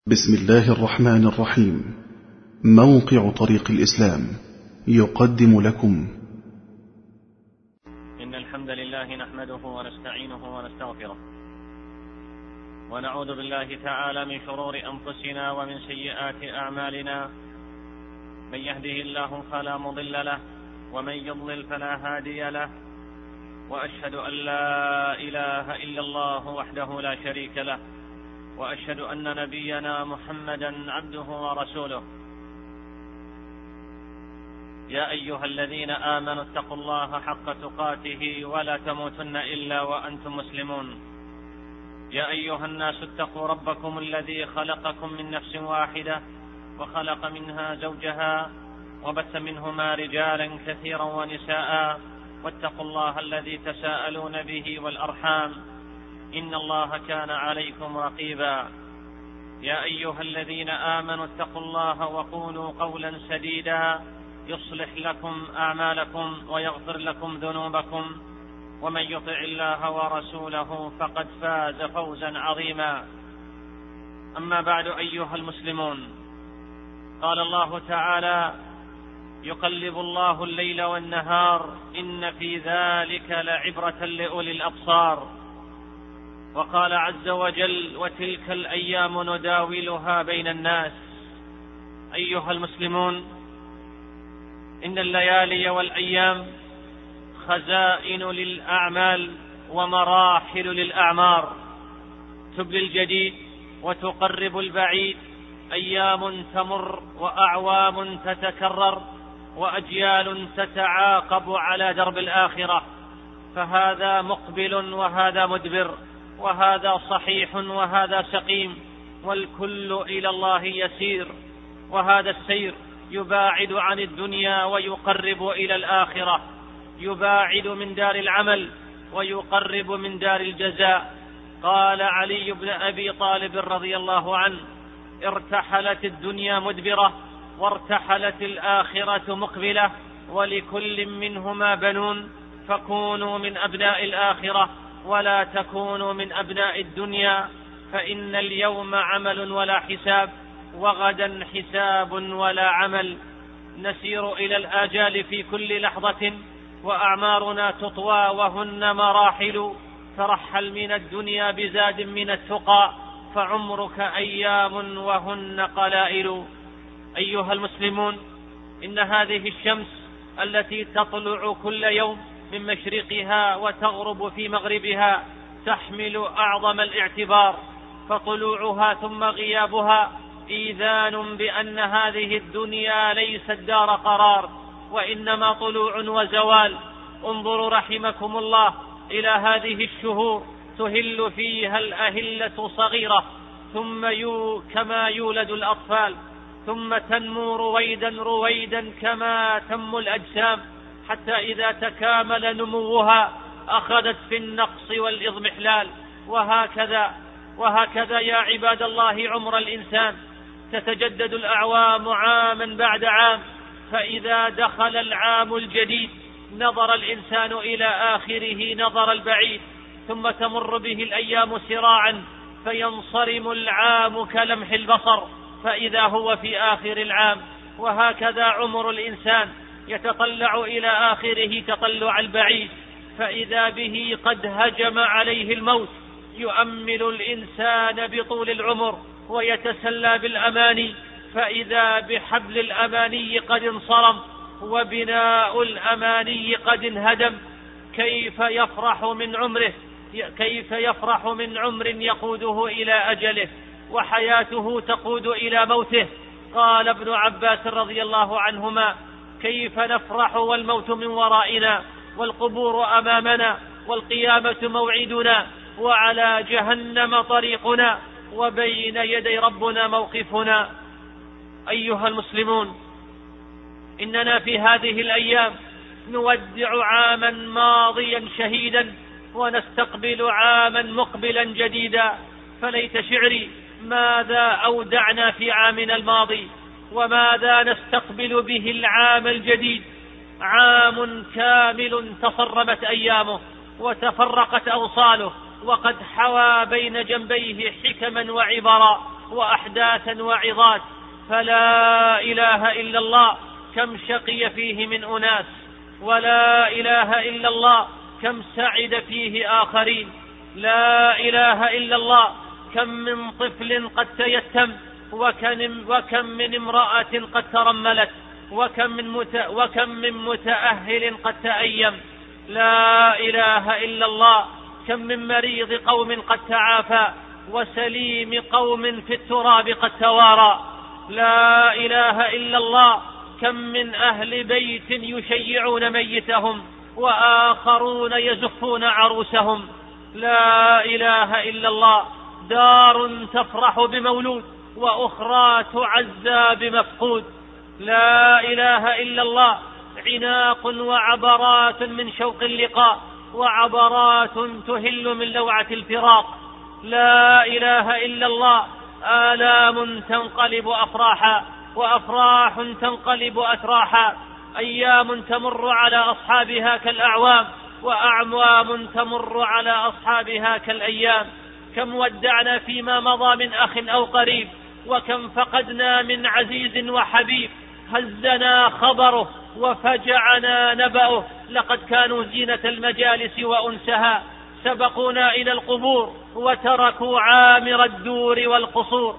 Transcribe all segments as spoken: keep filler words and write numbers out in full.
بسم الله الرحمن الرحيم. موقع طريق الإسلام يقدم لكم إن الحمد لله نحمده ونستعينه ونستغفره ونعوذ بالله تعالى من شرور أنفسنا ومن سيئات أعمالنا. من يهده الله فلا مضل له ومن يضلل فلا هادي له، وأشهد أن لا إله إلا الله وحده لا شريك له، وأشهد أن نبينا محمدا عبده ورسوله. يا أيها الذين آمنوا اتقوا الله حق تقاته ولا تموتن إلا وأنتم مسلمون. يا أيها الناس اتقوا ربكم الذي خلقكم من نفس واحدة وخلق منها زوجها وبث منهما رجالا كثيرا ونساء، واتقوا الله الذي تساءلون به والأرحام إن الله كان عليكم رقيبا. يا أيها الذين آمنوا اتقوا الله وقولوا قولا سديدا يصلح لكم أعمالكم ويغفر لكم ذنوبكم، ومن يطع الله ورسوله فقد فاز فوزا عظيما. أما بعد أيها المسلمون، قال الله تعالى: يقلب الله الليل والنهار إن في ذلك لعبرة لأولي الأبصار. وقال عز وجل: وتلك الأيام نداولها بين الناس. أيها المسلمون، إن الليالي والأيام خزائن للأعمال ومراحل للأعمار، تبلي الجديد وتقرب البعيد. أيام تمر وأعوام تتكرر وأجيال تتعاقب على درب الآخرة، فهذا مقبل وهذا مدبر، وهذا صحيح وهذا سقيم، والكل إلى الله يسير. وهذا السير يباعد عن الدنيا ويقرب إلى الآخرة، يباعد من دار العمل ويقرب من دار الجزاء. قال علي بن أبي طالب رضي الله عنه: ارتحلت الدنيا مدبرة وارتحلت الآخرة مقبلة، ولكل منهما بنون، فكونوا من أبناء الآخرة ولا تكونوا من أبناء الدنيا، فإن اليوم عمل ولا حساب، وغدا حساب ولا عمل. نسير إلى الآجال في كل لحظة، وأعمارنا تطوى وهن مراحل. ترحل من الدنيا بزاد من التقى، فعمرك أيام وهن قلائل. أيها المسلمون، إن هذه الشمس التي تطلع كل يوم من مشرقها وتغرب في مغربها تحمل أعظم الاعتبار، فطلوعها ثم غيابها إيذان بأن هذه الدنيا ليست دار قرار، وإنما طلوع وزوال. انظروا رحمكم الله إلى هذه الشهور تهل فيها الأهلة صغيرة، ثم يو كما يولد الأطفال، ثم تنمو رويدا رويدا كما تنمو الأجسام، حتى إذا تكامل نموها أخذت في النقص والإضمحلال. وهكذا وهكذا يا عباد الله عمر الإنسان، تتجدد الأعوام عاما بعد عام، فإذا دخل العام الجديد نظر الإنسان إلى آخره نظر البعيد، ثم تمر به الأيام سراعا، فينصرم العام كلمح البصر، فإذا هو في آخر العام. وهكذا عمر الإنسان يتطلع إلى آخره تطلع البعيد، فإذا به قد هجم عليه الموت. يؤمل الإنسان بطول العمر ويتسلى بالأماني، فإذا بحبل الأماني قد انصرم وبناء الأماني قد انهدم. كيف يفرح من عمره كيف يفرح من عمر يقوده إلى أجله وحياته تقود إلى موته. قال ابن عباس رضي الله عنهما: كيف نفرح والموت من ورائنا، والقبور أمامنا، والقيامة موعدنا، وعلى جهنم طريقنا، وبين يدي ربنا موقفنا. أيها المسلمون، إننا في هذه الأيام نودع عاما ماضيا شهيدا ونستقبل عاما مقبلا جديدا. فليت شعري ماذا أودعنا في عامنا الماضي، وماذا نستقبل به العام الجديد. عام كامل تصرمت أيامه وتفرقت أوصاله، وقد حوى بين جنبيه حكما وعبرا، وأحداثا وعظات. فلا إله إلا الله كم شقي فيه من أناس، ولا إله إلا الله كم سعد فيه آخرين. لا إله إلا الله كم من طفل قد تيتم، وكم من امرأة قد ترملت، وكم من, مت... وكم من متأهل قد تأيم. لا إله إلا الله كم من مريض قوم قد تعافى، وسليم قوم في التراب قد توارى. لا إله إلا الله كم من أهل بيت يشيعون ميتهم، وآخرون يزفون عروسهم. لا إله إلا الله دار تفرح بمولود، وأخرى تعزى بمفقود. لا إله إلا الله عناق وعبرات من شوق اللقاء، وعبرات تهل من لوعة الفراق. لا إله إلا الله آلام تنقلب أفراحا، وأفراح تنقلب أتراحا. أيام تمر على أصحابها كالأعوام، وأعوام تمر على أصحابها كالأيام. كم ودعنا فيما مضى من أخ أو قريب، وكم فقدنا من عزيز وحبيب. هزنا خبره وفجعنا نبأه، لقد كانوا زينة المجالس وأنسها. سبقونا إلى القبور وتركوا عامر الدور والقصور.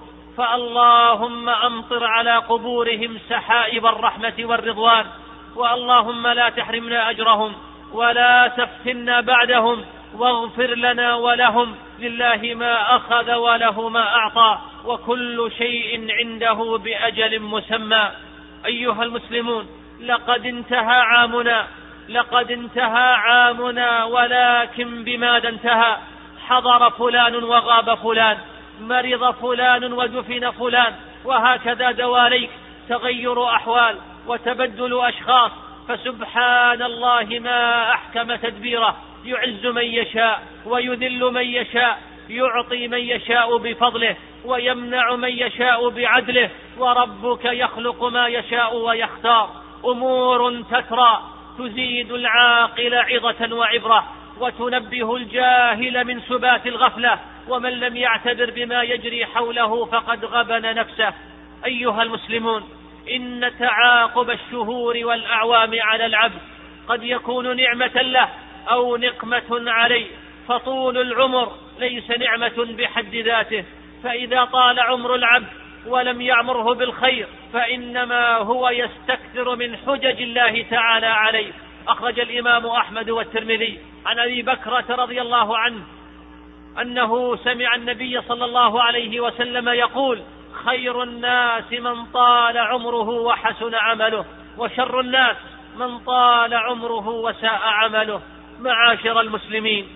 فاللهم أمطر على قبورهم سحائب الرحمة والرضوان، واللهم لا تحرمنا أجرهم ولا تفتنا بعدهم، واغفر لنا ولهم. لله ما أخذ وله ما أعطى، وكل شيء عنده بأجل مسمى. أيها المسلمون، لقد انتهى عامنا، لقد انتهى عامنا، ولكن بماذا انتهى؟ حضر فلان وغاب فلان، مرض فلان ودفن فلان، وهكذا دواليك تغير أحوال وتبدل أشخاص. فسبحان الله ما أحكم تدبيره، يعز من يشاء ويذل من يشاء، يعطي من يشاء بفضله ويمنع من يشاء بعدله. وربك يخلق ما يشاء ويختار. أمور تترى تزيد العاقل عظة وعبرة، وتنبه الجاهل من سبات الغفلة. ومن لم يعتبر بما يجري حوله فقد غبن نفسه. أيها المسلمون، إن تعاقب الشهور والأعوام على العبد قد يكون نعمة له أو نقمة عليه. فطول العمر ليس نعمة بحد ذاته، فإذا طال عمر العبد ولم يعمره بالخير فإنما هو يستكثر من حجج الله تعالى عليه. أخرج الإمام أحمد والترمذي عن أبي بكرة رضي الله عنه أنه سمع النبي صلى الله عليه وسلم يقول: خير الناس من طال عمره وحسن عمله، وشر الناس من طال عمره وساء عمله. معاشر المسلمين،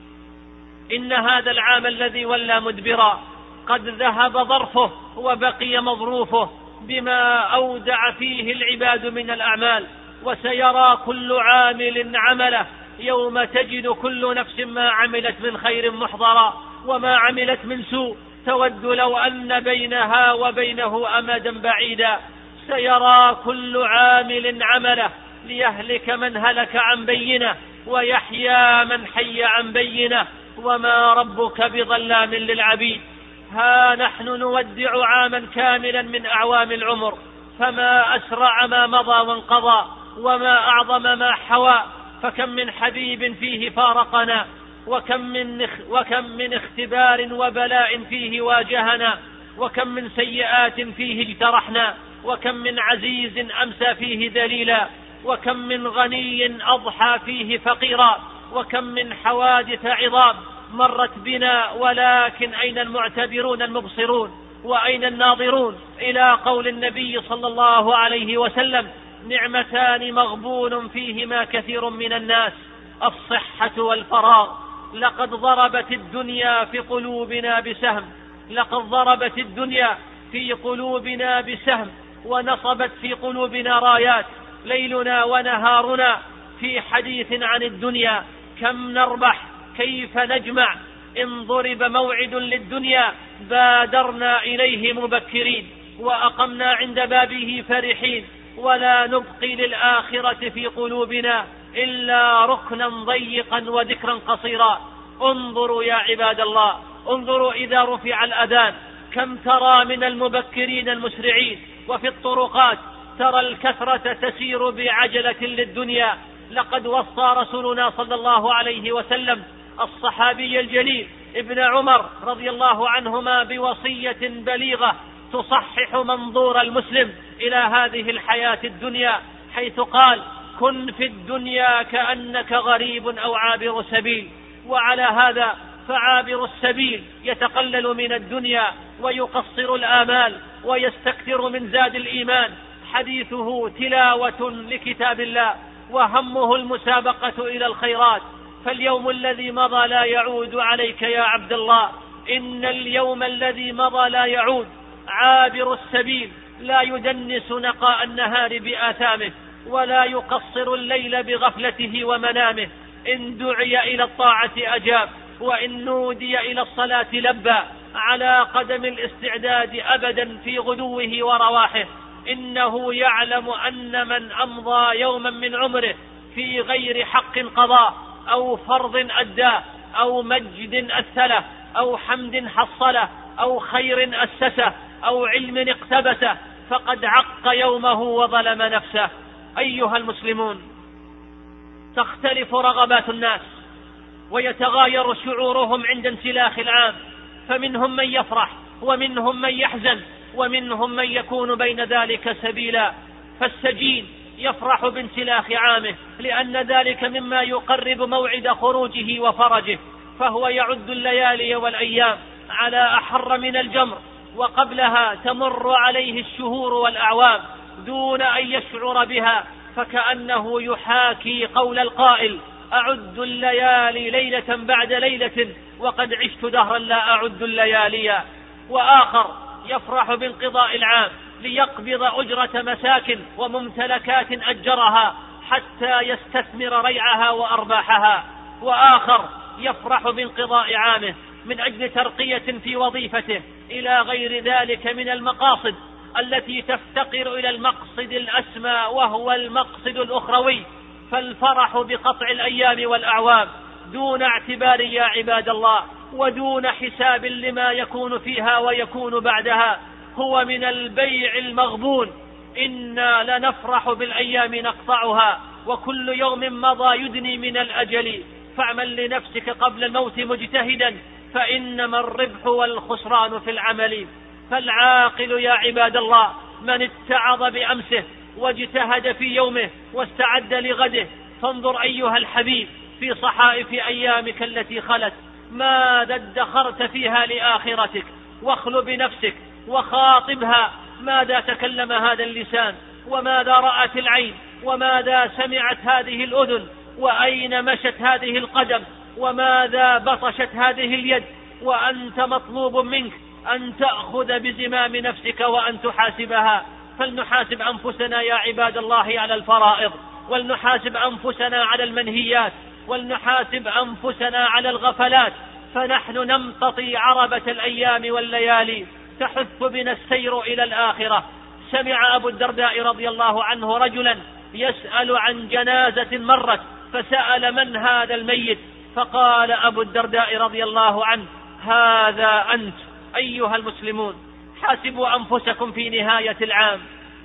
إن هذا العام الذي ولى مدبرا قد ذهب ظرفه وبقي مظروفه بما أودع فيه العباد من الأعمال، وسيرى كل عامل عمله يوم تجد كل نفس ما عملت من خير محضرا، وما عملت من سوء تود لو أن بينها وبينه أمدا بعيدا. سيرى كل عامل عمله ليهلك من هلك عن بينه، ويحيى من حي عن بينه، وما ربك بظلام للعبيد. ها نحن نودع عاما كاملا من أعوام العمر، فما أسرع ما مضى وانقضى، وما أعظم ما حوى. فكم من حبيب فيه فارقنا، وكم من, وكم من اختبار وبلاء فيه واجهنا، وكم من سيئات فيه اجترحنا، وكم من عزيز أمسى فيه دليلا، وكم من غني أضحى فيه فقيرا، وكم من حوادث عظام مرت بنا، ولكن أين المعتبرون المبصرون وأين الناظرون إلى قول النبي صلى الله عليه وسلم: نعمتان مغبون فيهما كثير من الناس، الصحة والفراغ. لقد ضربت الدنيا في قلوبنا بسهم، لقد ضربت الدنيا في قلوبنا بسهم، ونصبت في قلوبنا رايات. ليلنا ونهارنا في حديث عن الدنيا. كم نربح، كيف نجمع. إن ضرب موعد للدنيا بادرنا إليه مبكرين، وأقمنا عند بابه فرحين، ولا نبقي للآخرة في قلوبنا إلا ركنا ضيقا وذكرا قصيرا. انظروا يا عباد الله، انظروا إذا رفع الأذان كم ترى من المبكرين المسرعين، وفي الطرقات ترى الكثرة تسير بعجلة للدنيا. لقد وصى رسولنا صلى الله عليه وسلم الصحابي الجليل ابن عمر رضي الله عنهما بوصية بليغة تصحح منظور المسلم إلى هذه الحياة الدنيا، حيث قال: كن في الدنيا كأنك غريب أو عابر سبيل. وعلى هذا فعابر السبيل يتقلل من الدنيا ويقصر الآمال ويستكثر من زاد الإيمان، حديثه تلاوة لكتاب الله وهمه المسابقة إلى الخيرات. فاليوم الذي مضى لا يعود عليك يا عبد الله، إن اليوم الذي مضى لا يعود. عابر السبيل لا يدنس نقاء النهار بآثامه، ولا يقصر الليل بغفلته ومنامه. إن دعي إلى الطاعة أجاب، وإن نودي إلى الصلاة لبى، على قدم الاستعداد أبدا في غدوه ورواحه. إنه يعلم أن من أمضى يوما من عمره في غير حق قضاه، أو فرض أداه، أو مجد أثله، أو حمد حصله، أو خير أسسه، أو علم اقتبسه، فقد عق يومه وظلم نفسه. أيها المسلمون، تختلف رغبات الناس ويتغاير شعورهم عند انسلاخ العام، فمنهم من يفرح ومنهم من يحزن ومنهم من يكون بين ذلك سبيلا. فالسجين يفرح بانسلاخ عامه لأن ذلك مما يقرب موعد خروجه وفرجه، فهو يعد الليالي والأيام على أحر من الجمر، وقبلها تمر عليه الشهور والأعوام دون أن يشعر بها، فكأنه يحاكي قول القائل: أعد الليالي ليلة بعد ليلة وقد عشت دهرا لا أعد الليالي. وآخر يفرح بانقضاء العام ليقبض أجرة مساكن وممتلكات أجرها حتى يستثمر ريعها وأرباحها. وآخر يفرح بانقضاء عامه من أجل ترقية في وظيفته إلى غير ذلك من المقاصد التي تفتقر إلى المقصد الأسمى وهو المقصد الأخروي. فالفرح بقطع الأيام والأعوام دون اعتبار يا عباد الله ودون حساب لما يكون فيها ويكون بعدها هو من البيع المغبون. إنا لنفرح بالأيام نقطعها، وكل يوم مضى يدني من الأجل، فاعمل لنفسك قبل الموت مجتهدا، فإنما الربح والخسران في العمل. فالعاقل يا عباد الله من اتعظ بأمسه واجتهد في يومه واستعد لغده. فانظر أيها الحبيب في صحائف أيامك التي خلت، ماذا ادخرت فيها لآخرتك؟ واخل بنفسك وخاطبها، ماذا تكلم هذا اللسان، وماذا رأت العين، وماذا سمعت هذه الأذن، وأين مشت هذه القدم، وماذا بطشت هذه اليد. وأنت مطلوب منك أن تأخذ بزمام نفسك وأن تحاسبها. فلنحاسب أنفسنا يا عباد الله على الفرائض، ولنحاسب أنفسنا على المنهيات، ولنحاسب أنفسنا على الغفلات، فنحن نمتطي عربة الأيام والليالي تحث بنا السير إلى الآخرة. سمع أبو الدرداء رضي الله عنه رجلا يسأل عن جنازة مرت، فسأل: من هذا الميت؟ فقال أبو الدرداء رضي الله عنه: هذا أنت. أيها المسلمون، حاسبوا أنفسكم في نهاية العام،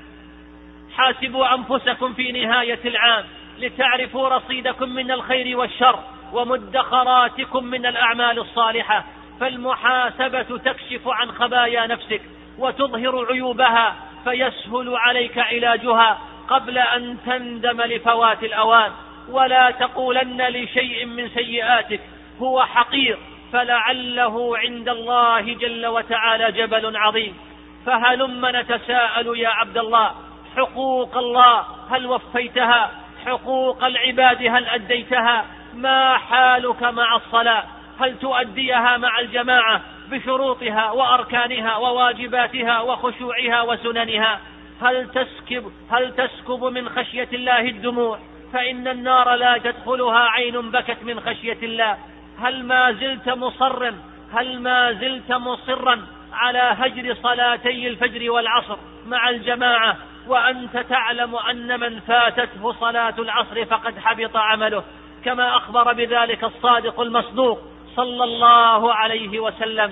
حاسبوا أنفسكم في نهاية العام لتعرفوا رصيدكم من الخير والشر ومدخراتكم من الأعمال الصالحة. فالمحاسبة تكشف عن خبايا نفسك وتظهر عيوبها، فيسهل عليك علاجها قبل أن تندم لفوات الأوان. ولا تقولن لشيء من سيئاتك هو حقير، فلعله عند الله جل وتعالى جبل عظيم. فهلم نتساءل يا عبد الله: حقوق الله هل وفيتها؟ حقوق العباد هل أديتها؟ ما حالك مع الصلاة؟ هل تؤديها مع الجماعة بشروطها وأركانها وواجباتها وخشوعها وسننها؟ هل تسكب, هل تسكب من خشية الله الدموع؟ فإن النار لا تدخلها عين بكت من خشية الله. هل ما زلت مصرا هل ما زلت مصرا على هجر صلاتي الفجر والعصر مع الجماعة، وأنت تعلم أن من فاتته صلاة العصر فقد حبط عمله، كما أخبر بذلك الصادق المصدوق صلى الله عليه وسلم: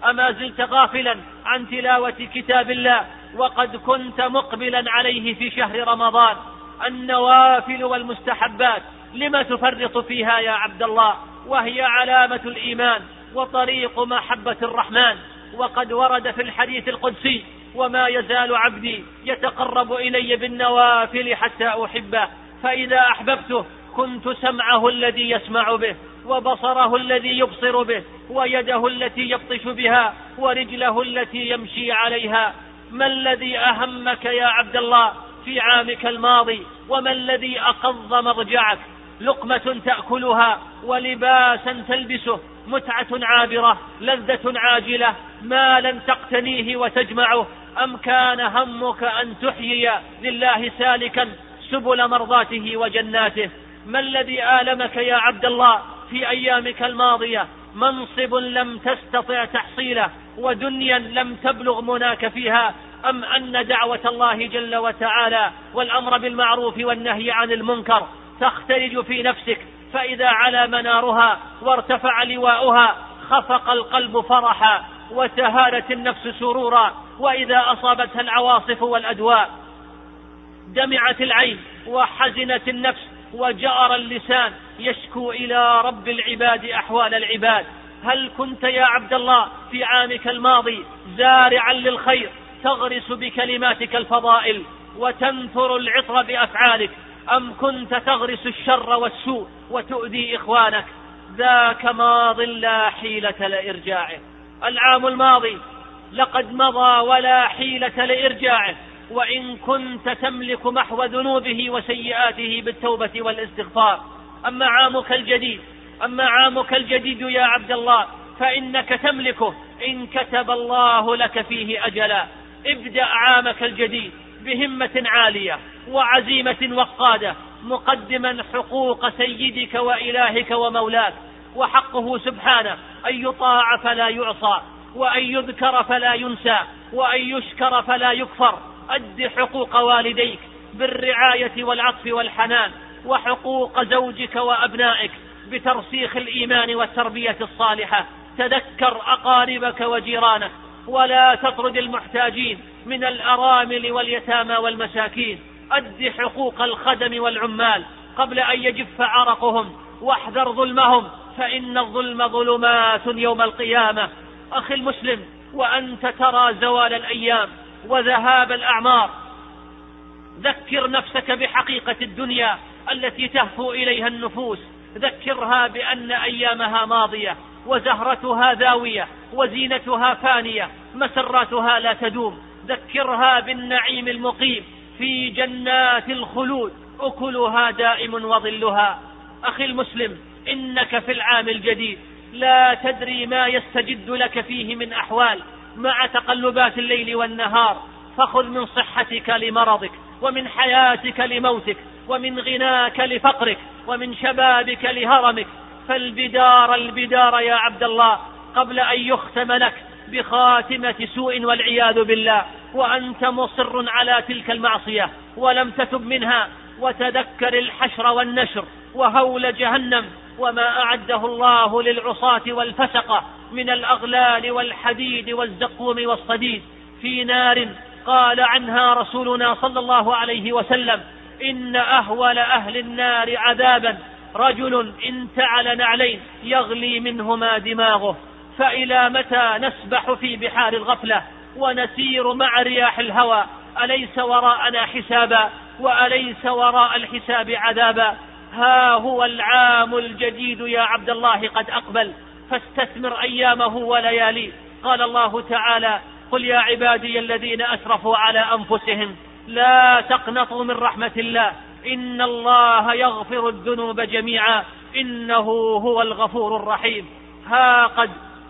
أما زلت غافلا عن تلاوة كتاب الله وقد كنت مقبلا عليه في شهر رمضان؟ النوافل والمستحبات لما تفرط فيها يا عبد الله، وهي علامة الإيمان وطريق محبة الرحمن. وقد ورد في الحديث القدسي: وما يزال عبدي يتقرب إلي بالنوافل حتى أحبه، فإذا أحببته كنت سمعه الذي يسمع به، وبصره الذي يبصر به، ويده التي يبطش بها، ورجله التي يمشي عليها. ما الذي أهمك يا عبد الله في عامك الماضي؟ وما الذي أقض مرجعك؟ لقمة تأكلها ولباسا تلبسه، متعة عابرة، لذة عاجلة، مالا تقتنيه وتجمعه، أم كان همك أن تحيي لله سالكا سبل مرضاته وجناته؟ ما الذي آلمك يا عبد الله في أيامك الماضية؟ منصب لم تستطع تحصيله، ودنيا لم تبلغ مناك فيها، أم أن دعوة الله جل وتعالى والأمر بالمعروف والنهي عن المنكر تختلج في نفسك، فإذا علا منارها وارتفع لواؤها خفق القلب فرحا وتهالت النفس سرورا، وإذا أصابتها العواصف والأدواء دمعت العين وحزنت النفس وجأر اللسان يشكو إلى رب العباد أحوال العباد. هل كنت يا عبد الله في عامك الماضي زارعا للخير تغرس بكلماتك الفضائل وتنثر العطر بأفعالك، أم كنت تغرس الشر والسوء وتؤذي إخوانك؟ ذاك ماض لا حيلة لإرجاعه. العام الماضي لقد مضى ولا حيلة لإرجاعه، وإن كنت تملك محو ذنوبه وسيئاته بالتوبة والاستغفار. أما عامك الجديد أما عامك الجديد يا عبد الله فإنك تملكه إن كتب الله لك فيه أجلا. ابدأ عامك الجديد بهمة عالية وعزيمة وقادة، مقدما حقوق سيدك وإلهك ومولاك، وحقه سبحانه أن يطاع فلا يعصى، وأن يذكر فلا ينسى، وأن يشكر فلا يكفر. أد حقوق والديك بالرعاية والعطف والحنان، وحقوق زوجك وأبنائك بترسيخ الإيمان والتربية الصالحة. تذكر أقاربك وجيرانك، ولا تطرد المحتاجين من الأرامل واليتامى والمساكين. أد حقوق الخدم والعمال قبل أن يجف عرقهم، واحذر ظلمهم فإن الظلم ظلمات يوم القيامة. أخي المسلم، وأنت ترى زوال الأيام وذهاب الأعمار، ذكر نفسك بحقيقة الدنيا التي تهفو إليها النفوس. ذكرها بأن أيامها ماضية، وزهرتها ذاوية، وزينتها فانية، مسراتها لا تدوم. ذكرها بالنعيم المقيم في جنات الخلود، أكلها دائم وظلها. أخي المسلم، إنك في العام الجديد لا تدري ما يستجد لك فيه من أحوال مع تقلبات الليل والنهار. فخذ من صحتك لمرضك، ومن حياتك لموتك، ومن غناك لفقرك، ومن شبابك لهرمك. فالبدار البدار يا عبد الله قبل أن يختم لك بخاتمة سوء والعياذ بالله، وأنت مصر على تلك المعصية ولم تتب منها. وتذكر الحشر والنشر وهول جهنم، وما أعده الله للعصاة والفسقة من الأغلال والحديد والزقوم والصديد في نار قال عنها رسولنا صلى الله عليه وسلم: إن أهول أهل النار عذابا رجل انتعل نعلين يغلي منهما دماغه. فإلى متى نسبح في بحار الغفلة ونسير مع رياح الهوى؟ أليس وراءنا حسابا؟ وأليس وراء الحساب عذابا؟ ها هو العام الجديد يا عبد الله قد أقبل، فاستثمر أيامه ولياليه. قال الله تعالى: قل يا عبادي الذين أسرفوا على أنفسهم لا تقنطوا من رحمة الله، إن الله يغفر الذنوب جميعا إنه هو الغفور الرحيم. ها قد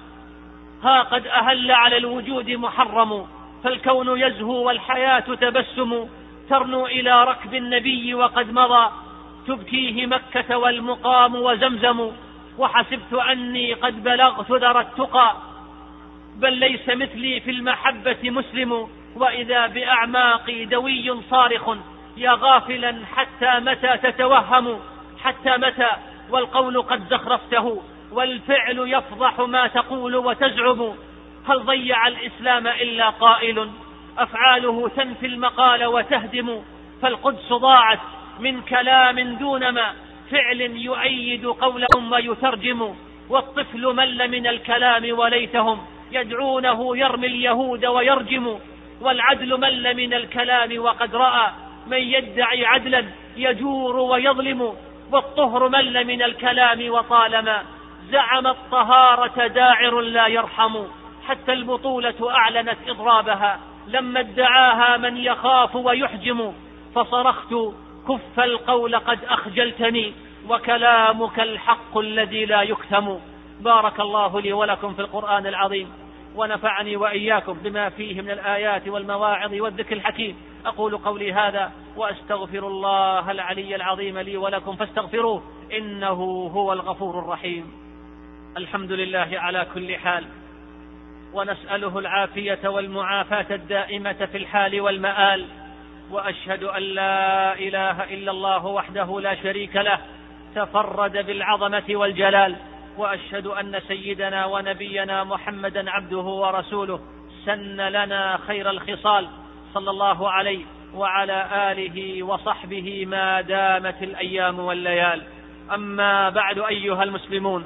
ها قد أهل على الوجود محرم، فالكون يزهو والحياة تبسم. ترنو إلى ركب النبي وقد مضى، تبكيه مكة والمقام وزمزم. وحسبت أني قد بلغت ذرى التقى، بل ليس مثلي في المحبة مسلم. وإذا بأعماقي دوي صارخ، يا غافلا حتى متى تتوهم؟ حتى متى والقول قد زخرفته، والفعل يفضح ما تقول وتزعم. هل ضيع الإسلام إلا قائل؟ أفعاله تنفي المقال وتهدم، فالقدس ضاعت من كلام دون ما فعل يؤيد قولهم ويترجم. والطفل مل من الكلام وليتهم يدعونه يرمي اليهود ويرجم. والعدل مل من الكلام وقد رأى من يدعي عدلا يجور ويظلم. والطهر مل من الكلام وطالما زعم الطهارة داعر لا يرحم. حتى البطولة أعلنت إضرابها لما ادعاها من يخاف ويحجم. فصرخت كف القول قد أخجلتني وكلامك الحق الذي لا يكتم. بارك الله لي ولكم في القرآن العظيم، ونفعني وإياكم بما فيه من الآيات والمواعظ والذكر الحكيم. أقول قولي هذا وأستغفر الله العلي العظيم لي ولكم فاستغفروه إنه هو الغفور الرحيم. الحمد لله على كل حال، ونسأله العافية والمعافاة الدائمة في الحال والمآل. وأشهد أن لا إله إلا الله وحده لا شريك له تفرد بالعظمة والجلال. وأشهد أن سيدنا ونبينا محمدا عبده ورسوله سن لنا خير الخصال صلى الله عليه وعلى آله وصحبه ما دامت الأيام والليال. أما بعد أيها المسلمون،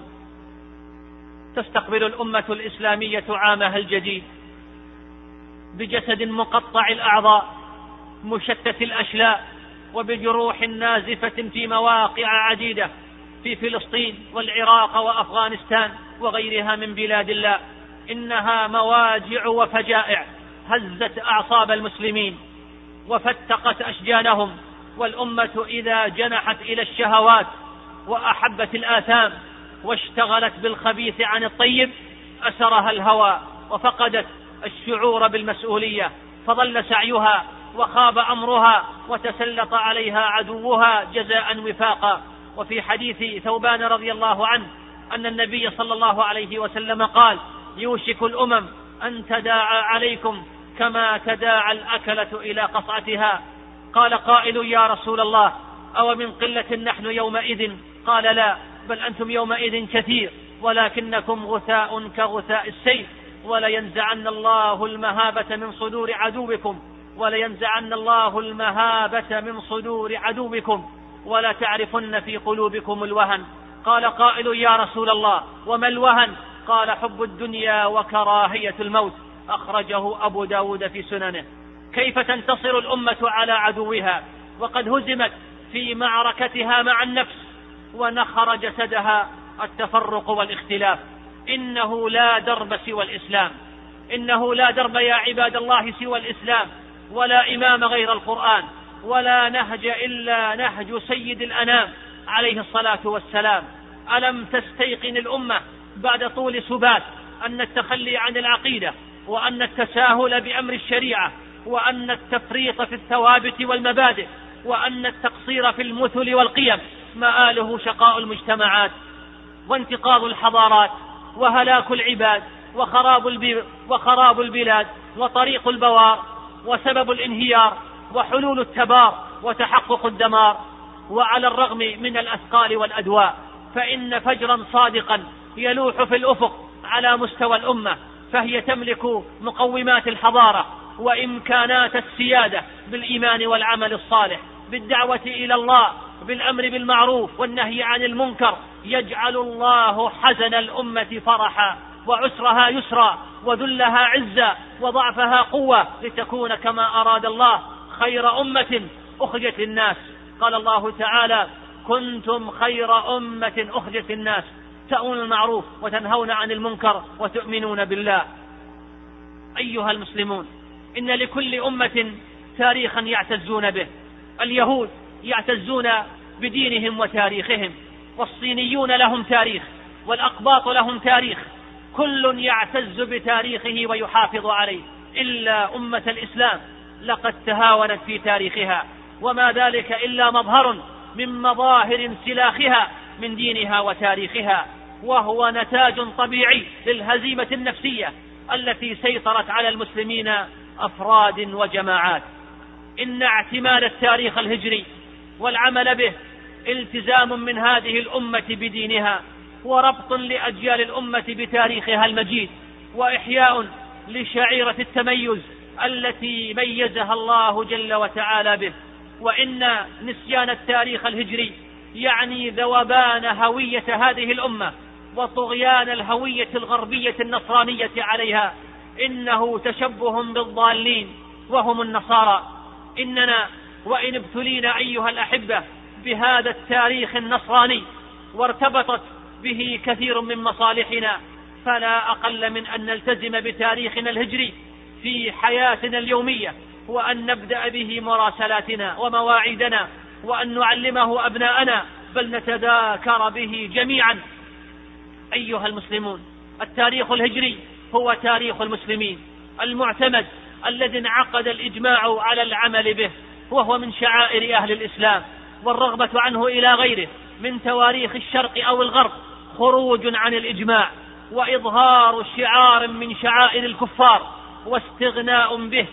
تستقبل الأمة الإسلامية عامها الجديد بجسد مقطع الأعضاء مشتت الأشلاء وبجروح نازفة في مواقع عديدة في فلسطين والعراق وأفغانستان وغيرها من بلاد الله. إنها مواجع وفجائع هزت أعصاب المسلمين وفتقت أشجانهم. والأمة إذا جنحت إلى الشهوات وأحبت الآثام واشتغلت بالخبيث عن الطيب أسرها الهوى وفقدت الشعور بالمسؤولية، فضل سعيها وخاب أمرها وتسلط عليها عدوها جزاء وفاقا. وفي حديث ثوبان رضي الله عنه أن النبي صلى الله عليه وسلم قال: يوشك الأمم أن تداعى عليكم كما تداعى الأكلة إلى قصعتها. قال قائل: يا رسول الله، أو من قلة نحن يومئذ؟ قال: لا، بل أنتم يومئذ كثير ولكنكم غثاء كغثاء السيل. ولينزعن الله المهابة من صدور عدوكم ولينزعن الله المهابة من صدور عدوكم ولا تعرفن في قلوبكم الوهن. قال قائل: يا رسول الله، وما الوهن؟ قال: حب الدنيا وكراهية الموت. أخرجه أبو داود في سننه. كيف تنتصر الأمة على عدوها وقد هزمت في معركتها مع النفس ونخر جسدها التفرق والاختلاف؟ إنه لا درب سوى الإسلام، إنه لا درب يا عباد الله سوى الإسلام، ولا إمام غير القرآن، ولا نهج إلا نهج سيد الأنام عليه الصلاة والسلام. ألم تستيقن الأمة بعد طول سبات أن التخلي عن العقيدة وأن التساهل بأمر الشريعة وأن التفريط في الثوابت والمبادئ وأن التقصير في المثل والقيم مآله شقاء المجتمعات وانتقاض الحضارات وهلاك العباد وخراب, الب... وخراب البلاد وطريق البوار وسبب الانهيار وحلول التبار وتحقق الدمار؟ وعلى الرغم من الأثقال والأدواء فإن فجرا صادقا يلوح في الأفق على مستوى الأمة، فهي تملك مقومات الحضارة وإمكانات السيادة بالإيمان والعمل الصالح، بالدعوة إلى الله، بالأمر بالمعروف والنهي عن المنكر. يجعل الله حزن الأمة فرحا وعسرها يسرا وذلها عزا وضعفها قوة لتكون كما أراد الله خير أمة أخرجت الناس. قال الله تعالى: كنتم خير أمة أخرجت الناس تأمرون المعروف وتنهون عن المنكر وتؤمنون بالله. أيها المسلمون، إن لكل أمة تاريخا يعتزون به. اليهود يعتزون بدينهم وتاريخهم، والصينيون لهم تاريخ، والأقباط لهم تاريخ، كل يعتز بتاريخه ويحافظ عليه، إلا أمة الإسلام لقد تهاونت في تاريخها، وما ذلك إلا مظهر من مظاهر انسلاخها من دينها وتاريخها، وهو نتاج طبيعي للهزيمة النفسية التي سيطرت على المسلمين أفراد وجماعات. إن اعتماد التاريخ الهجري والعمل به التزام من هذه الأمة بدينها وربط لأجيال الأمة بتاريخها المجيد وإحياء لشعيرة التميز التي ميزها الله جل وتعالى به. وإن نسيان التاريخ الهجري يعني ذوبان هوية هذه الأمة وطغيان الهوية الغربية النصرانية عليها. إنه تشبه بالضالين وهم النصارى. إننا وإن ابتلينا أيها الأحبة بهذا التاريخ النصراني وارتبطت به كثير من مصالحنا، فلا أقل من أن نلتزم بتاريخنا الهجري في حياتنا اليومية، وأن نبدأ به مراسلاتنا ومواعيدنا، وأن نعلمه أبناءنا، بل نتذاكر به جميعا. أيها المسلمون، التاريخ الهجري هو تاريخ المسلمين المعتمد الذي انعقد الإجماع على العمل به، وهو من شعائر أهل الإسلام، والرغبة عنه إلى غيره من تواريخ الشرق أو الغرب خروج عن الإجماع وإظهار شعار من شعائر الكفار، واستغناء به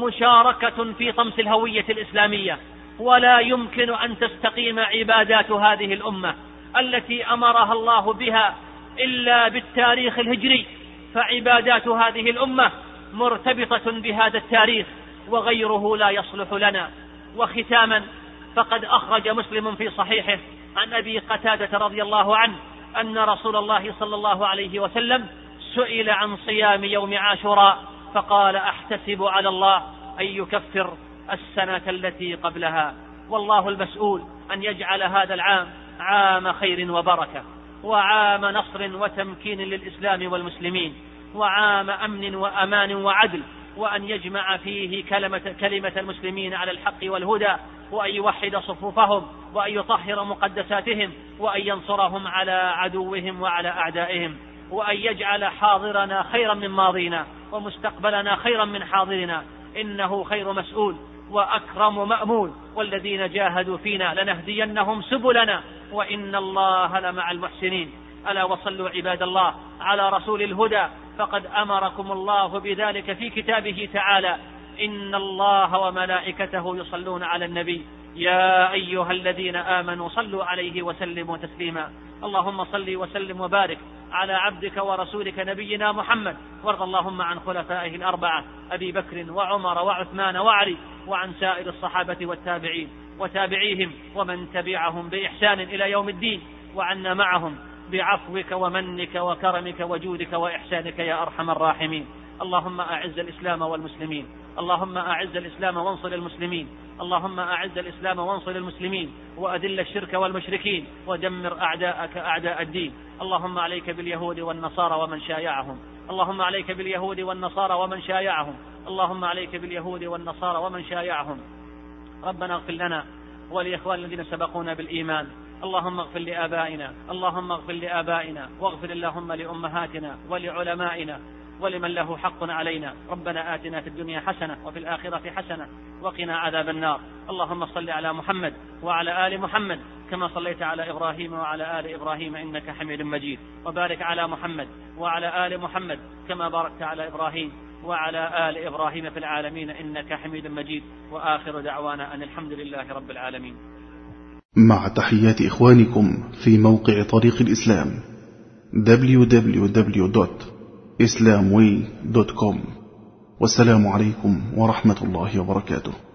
ومشاركة في طمس الهوية الإسلامية. ولا يمكن أن تستقيم عبادات هذه الأمة التي أمرها الله بها إلا بالتاريخ الهجري، فعبادات هذه الأمة مرتبطة بهذا التاريخ وغيره لا يصلح لنا. وختاما، فقد أخرج مسلم في صحيحه عن أبي قتادة رضي الله عنه أن رسول الله صلى الله عليه وسلم سئل عن صيام يوم عاشوراء فقال: أحتسب على الله أن يكفر السنة التي قبلها. والله المسؤول أن يجعل هذا العام عام خير وبركة، وعام نصر وتمكين للإسلام والمسلمين، وعام أمن وأمان وعدل، وأن يجمع فيه كلمة, كلمة المسلمين على الحق والهدى، وأن يوحد صفوفهم، وأن يطهر مقدساتهم، وأن ينصرهم على عدوهم وعلى أعدائهم، وأن يجعل حاضرنا خيرا من ماضينا ومستقبلنا خيرا من حاضرنا، إنه خير مسؤول وأكرم مأمول، والذين جاهدوا فينا لنهدينهم سبلنا وإن الله لمع المحسنين. ألا وصلوا عباد الله على رسول الهدى، فقد أمركم الله بذلك في كتابه تعالى: إن الله وملائكته يصلون على النبي يا أيها الذين آمنوا صلوا عليه وسلموا تسليما. اللهم صل وسلم وبارك على عبدك ورسولك نبينا محمد، وارض اللهم عن خلفائه الأربعة أبي بكر وعمر وعثمان وعلي، وعن سائر الصحابة والتابعين وتابعيهم ومن تبعهم بإحسان إلى يوم الدين، وعنا معهم بعفوك ومنك وكرمك وجودك وإحسانك يا أرحم الراحمين. اللهم أعز الإسلام والمسلمين، اللهم أعز الإسلام وانصر المسلمين، اللهم أعز الإسلام وانصر المسلمين، وأذل الشرك والمشركين، ودمر أعداءك أعداء الدين. اللهم عليك باليهود والنصارى ومن شايعهم، اللهم عليك باليهود والنصارى ومن شايعهم، اللهم عليك باليهود والنصارى ومن شايعهم. ربنا اغفر لنا ولإخوان الذين سبقونا بالإيمان، اللهم اغفر لآبائنا، اللهم اغفر لآبائنا، واغفر اللهم لأمهاتنا ولعلمائنا ولمن له حق علينا. ربنا آتنا في الدنيا حسنة وفي الآخرة حسنة وقنا عذاب النار. اللهم صل على محمد وعلى آل محمد كما صليت على إبراهيم وعلى آل إبراهيم إنك حميد مجيد، وبارك على محمد وعلى آل محمد كما باركت على إبراهيم وعلى آل إبراهيم في العالمين إنك حميد مجيد. وآخر دعوانا أن الحمد لله رب العالمين. مع تحيات إخوانكم في موقع طريق الإسلام دبليو دبليو دبليو دوت إسلام واي دوت كوم. والسلام عليكم ورحمة الله وبركاته.